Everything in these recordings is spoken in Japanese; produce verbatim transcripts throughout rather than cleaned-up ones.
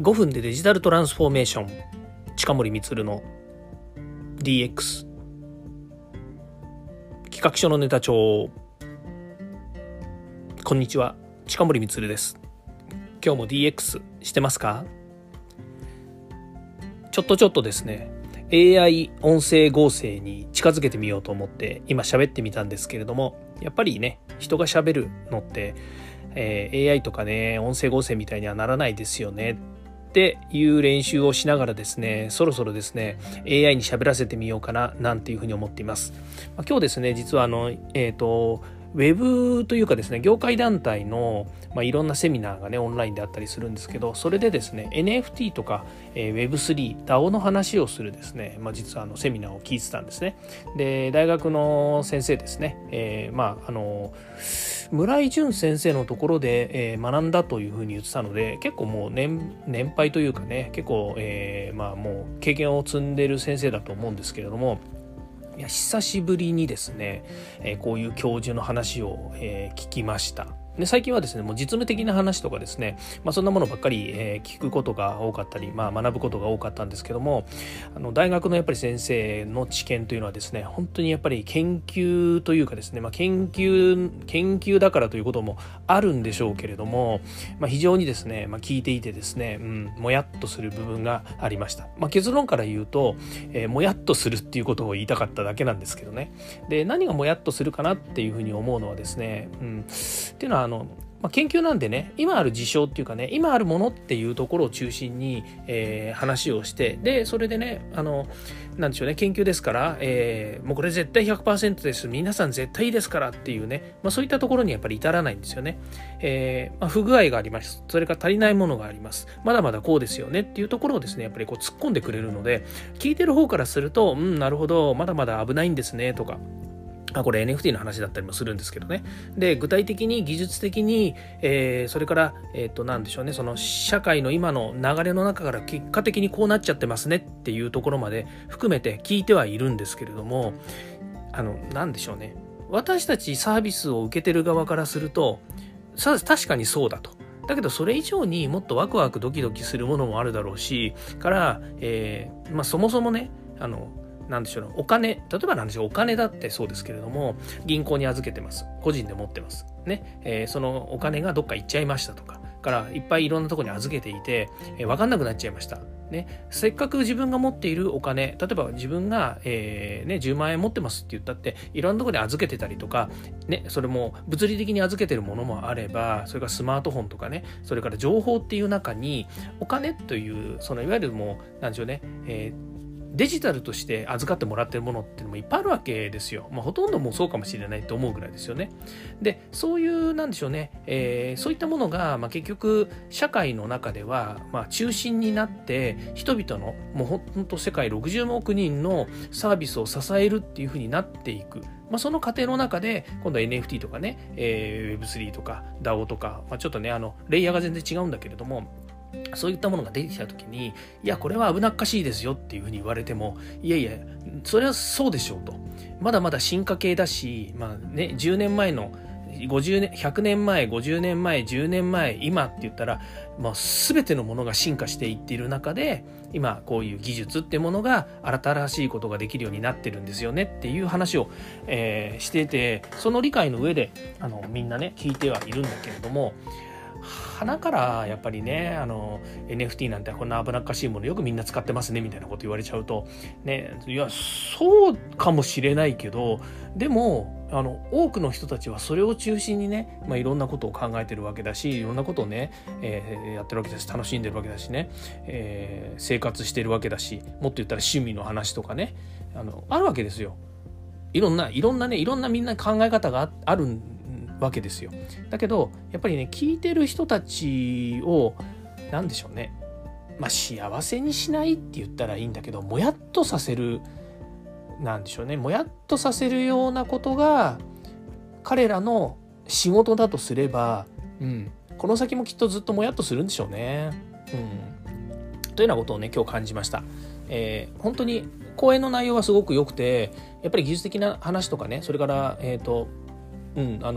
ごふんでデジタルトランスフォーメーション、近森光の ディーエックス 企画書のネタ帳。こんにちは、近森光です。今日も ディーエックス してますか？ちょっとちょっとですね エーアイ 音声合成に近づけてみようと思って今喋ってみたんですけれども、やっぱりね、人が喋るのって、えー、エーアイ とかね、音声合成みたいにはならないですよねっていう練習をしながらですね、そろそろですね エーアイ に喋らせてみようかななんていうふうに思っています。まあ、今日ですね、実はあのえっとウェブというかですね、業界団体の、まあ、いろんなセミナーがねオンラインであったりするんですけど、それでですね エヌエフティー とか、えー、ウェブスリー、ダオ の話をするですね、まあ、実はあのセミナーを聞いてたんですね。で、大学の先生ですね、えー、まああの村井淳先生のところで、えー、学んだというふうに言ってたので、結構もう 年, 年配というかね、結構、えー、まあもう経験を積んでる先生だと思うんですけれども、いや久しぶりにですね、えー、こういう教授の話を、えー、聞きました。で、最近はですね、もう実務的な話とかですね、まあ、そんなものばっかり、えー、聞くことが多かったり、まあ、学ぶことが多かったんですけども、あの大学のやっぱり先生の知見というのはですね、本当にやっぱり研究というかですね、まあ、研究研究だからということもあるんでしょうけれども、まあ、非常にですね、まあ、聞いていてですね、うん、もやっとする部分がありました。まあ、結論から言うと、えー、もやっとするっていうことを言いたかっただけなんですけどね。で、何がもやっとするかなっていうふうに思うのはですね、うん、っていうのはあのまあ、研究なんでね、今ある事象っていうかね、今あるものっていうところを中心に、えー、話をして、でそれでね、あのなんでしょうね、研究ですから、えー、もうこれ絶対 ひゃくパーセント です、皆さん絶対いいですからっていうね、まあ、そういったところにやっぱり至らないんですよね。えーまあ、不具合があります、それから足りないものがあります、まだまだこうですよねっていうところをですね、やっぱりこう突っ込んでくれるので、聞いてる方からすると、うん、なるほど、まだまだ危ないんですねとか、あ、これ エヌエフティー の話だったりもするんですけどね。で、具体的に技術的に、えー、それから、えっと、なんでしょうね、その社会の今の流れの中から結果的にこうなっちゃってますねっていうところまで含めて聞いてはいるんですけれども、あの、なんでしょうね。私たちサービスを受けてる側からすると、さ、確かにそうだと。だけどそれ以上にもっとワクワクドキドキするものもあるだろうし、から、えー、まあそもそもね、あの、なんでしょうね、お金、例えばなんでしょう、お金だってそうですけれども、銀行に預けてます、個人で持ってますね、えー、そのお金がどっか行っちゃいましたとかからいっぱいいろんなところに預けていて、えー、分かんなくなっちゃいましたね。せっかく自分が持っているお金、例えば自分が、えーね、じゅうまんえん持ってますって言ったっていろんなところに預けてたりとか、ね、それも物理的に預けてるものもあれば、それからスマートフォンとかね、それから情報っていう中にお金というそのいわゆるもうなんでしょうね、えーデジタルとして預かってもらってるものっていうのもいっぱいあるわけですよ。まあ、ほとんどもうそうかもしれないと思うぐらいですよね。で、そういうなんでしょうね、えー、そういったものが、まあ、結局社会の中では、まあ、中心になって人々のもうほんと世界ろくじゅうおく人のサービスを支えるっていう風になっていく。まあ、その過程の中で今度は エヌエフティー とかね、えー、ウェブスリー とか ダオ とか、まあ、ちょっとねあのレイヤーが全然違うんだけれども、そういったものが出てきたときに、いやこれは危なっかしいですよっていうふうに言われても、いやいやそれはそうでしょうと、まだまだ進化系だし、まあね、じゅうねんまえのごじゅうねん、ひゃくねんまえ、ごじゅうねんまえ、じゅうねんまえ、今って言ったら、まあ、全てのものが進化していっている中で、今こういう技術ってものが新しいことができるようになってるんですよねっていう話を、えー、してて、その理解の上であのみんなね聞いてはいるんだけれども、鼻からやっぱりね、あの エヌエフティー なんてこんな危なっかしいものよくみんな使ってますねみたいなこと言われちゃうとね、いやそうかもしれないけど、でもあの多くの人たちはそれを中心にね、まあ、いろんなことを考えてるわけだし、いろんなことをね、えー、やってるわけだし、楽しんでるわけだしね、えー、生活してるわけだし、もっと言ったら趣味の話とかね、あのあるわけですよ。いろんないろんなねいろんなみんな考え方があるんわけですよ。だけどやっぱりね、聞いてる人たちをなんでしょうね、まあ幸せにしないって言ったらいいんだけど、もやっとさせる、なんでしょうね、もやっとさせるようなことが彼らの仕事だとすれば、うん、この先もきっとずっともやっとするんでしょうね。うん、というようなことをね今日感じました。えー、本当に講演の内容はすごく良くて、やっぱり技術的な話とかね、それからえっとうんあの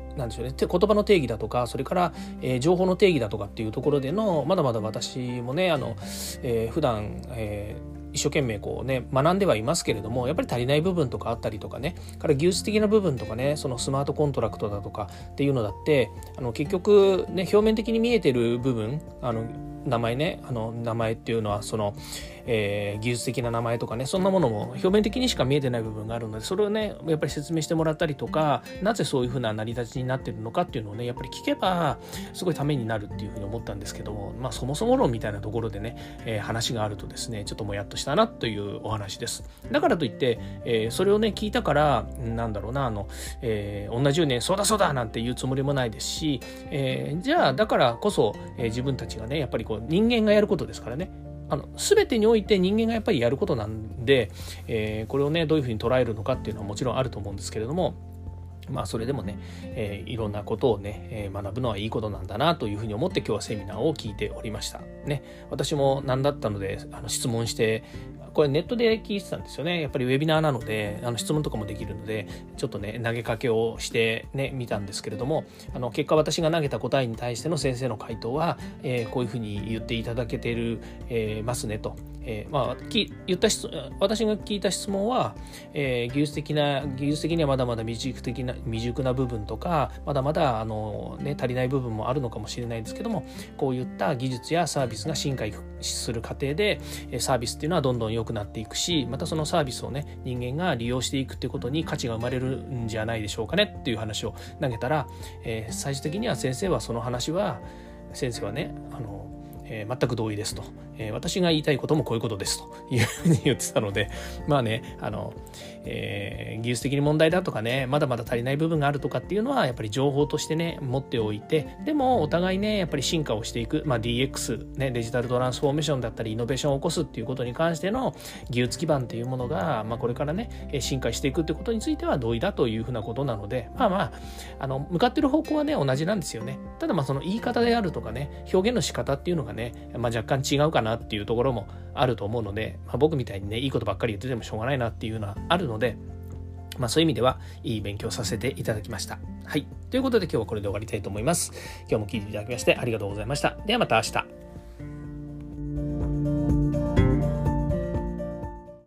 なんでしょうね、言葉の定義だとか、それから、えー、情報の定義だとかっていうところでのまだまだ私もねあの、えー、普段、えー一生懸命こうね学んではいますけれども、やっぱり足りない部分とかあったりとかね、から技術的な部分とかね、そのスマートコントラクトだとかっていうのだってあの結局ね表面的に見えてる部分、あの名前ね、あの名前っていうのはその、えー、技術的な名前とかね、そんなものも表面的にしか見えてない部分があるので、それをねやっぱり説明してもらったりとか、なぜそういうふうな成り立ちになってるのかっていうのをねやっぱり聞けばすごいためになるっていうふうに思ったんですけども、まあそもそも論みたいなところでね、えー、話があるとですねちょっともやっとしたなというお話です。だからといって、えー、それをね聞いたからなんだろうなあの、えー、同じように、ね、そうだそうだなんて言うつもりもないですし、えー、じゃあだからこそ、えー、自分たちがねやっぱりこう人間がやることですからね、あの全てにおいて人間がやっぱりやることなんで、えー、これをねどういうふうに捉えるのかっていうのはもちろんあると思うんですけれども、まあそれでもね、えー、いろんなことをね、えー、学ぶのはいいことなんだなというふうに思って今日はセミナーを聞いておりましたね。私も何だったのであの質問して、これネットで聞いてたんですよね。やっぱりウェビナーなのであの質問とかもできるので、ちょっとね投げかけをしてね見たんですけれども、あの結果私が投げた答えに対しての先生の回答は、えー、こういうふうに言っていただけている、えー、ますねと。えー、まあき言った質私が聞いた質問は、えー、技術的な技術的にはまだまだ未熟的な未熟な部分とか、まだまだあの、ね、足りない部分もあるのかもしれないですけども、こういった技術やサービスが進化する過程でサービスっていうのはどんどん良くなっていくし、またそのサービスをね人間が利用していくっていうことに価値が生まれるんじゃないでしょうかねっていう話を投げたら、えー、最終的には先生はその話は先生はねあのえー、全く同意ですと、えー、私が言いたいこともこういうことですというふうに言ってたので、まあねあの、えー、技術的に問題だとかね、まだまだ足りない部分があるとかっていうのはやっぱり情報としてね持っておいて、でもお互いねやっぱり進化をしていく、まあ、ディーエックス、ね、デジタルトランスフォーメーションだったりイノベーションを起こすっていうことに関しての技術基盤っていうものが、まあ、これからね進化していくってことについては同意だというふうなことなので、まあまああの向かってる方向はね同じなんですよね。ただまあその言い方であるとかね表現の仕方っていうのがねまあ、若干違うかなっていうところもあると思うので、まあ、僕みたいにねいいことばっかり言っててもしょうがないなっていうのはあるので、まあ、そういう意味ではいい勉強させていただきました。はい、ということで今日はこれで終わりたいと思います。今日も聞いていただきましてありがとうございました。ではまた明日。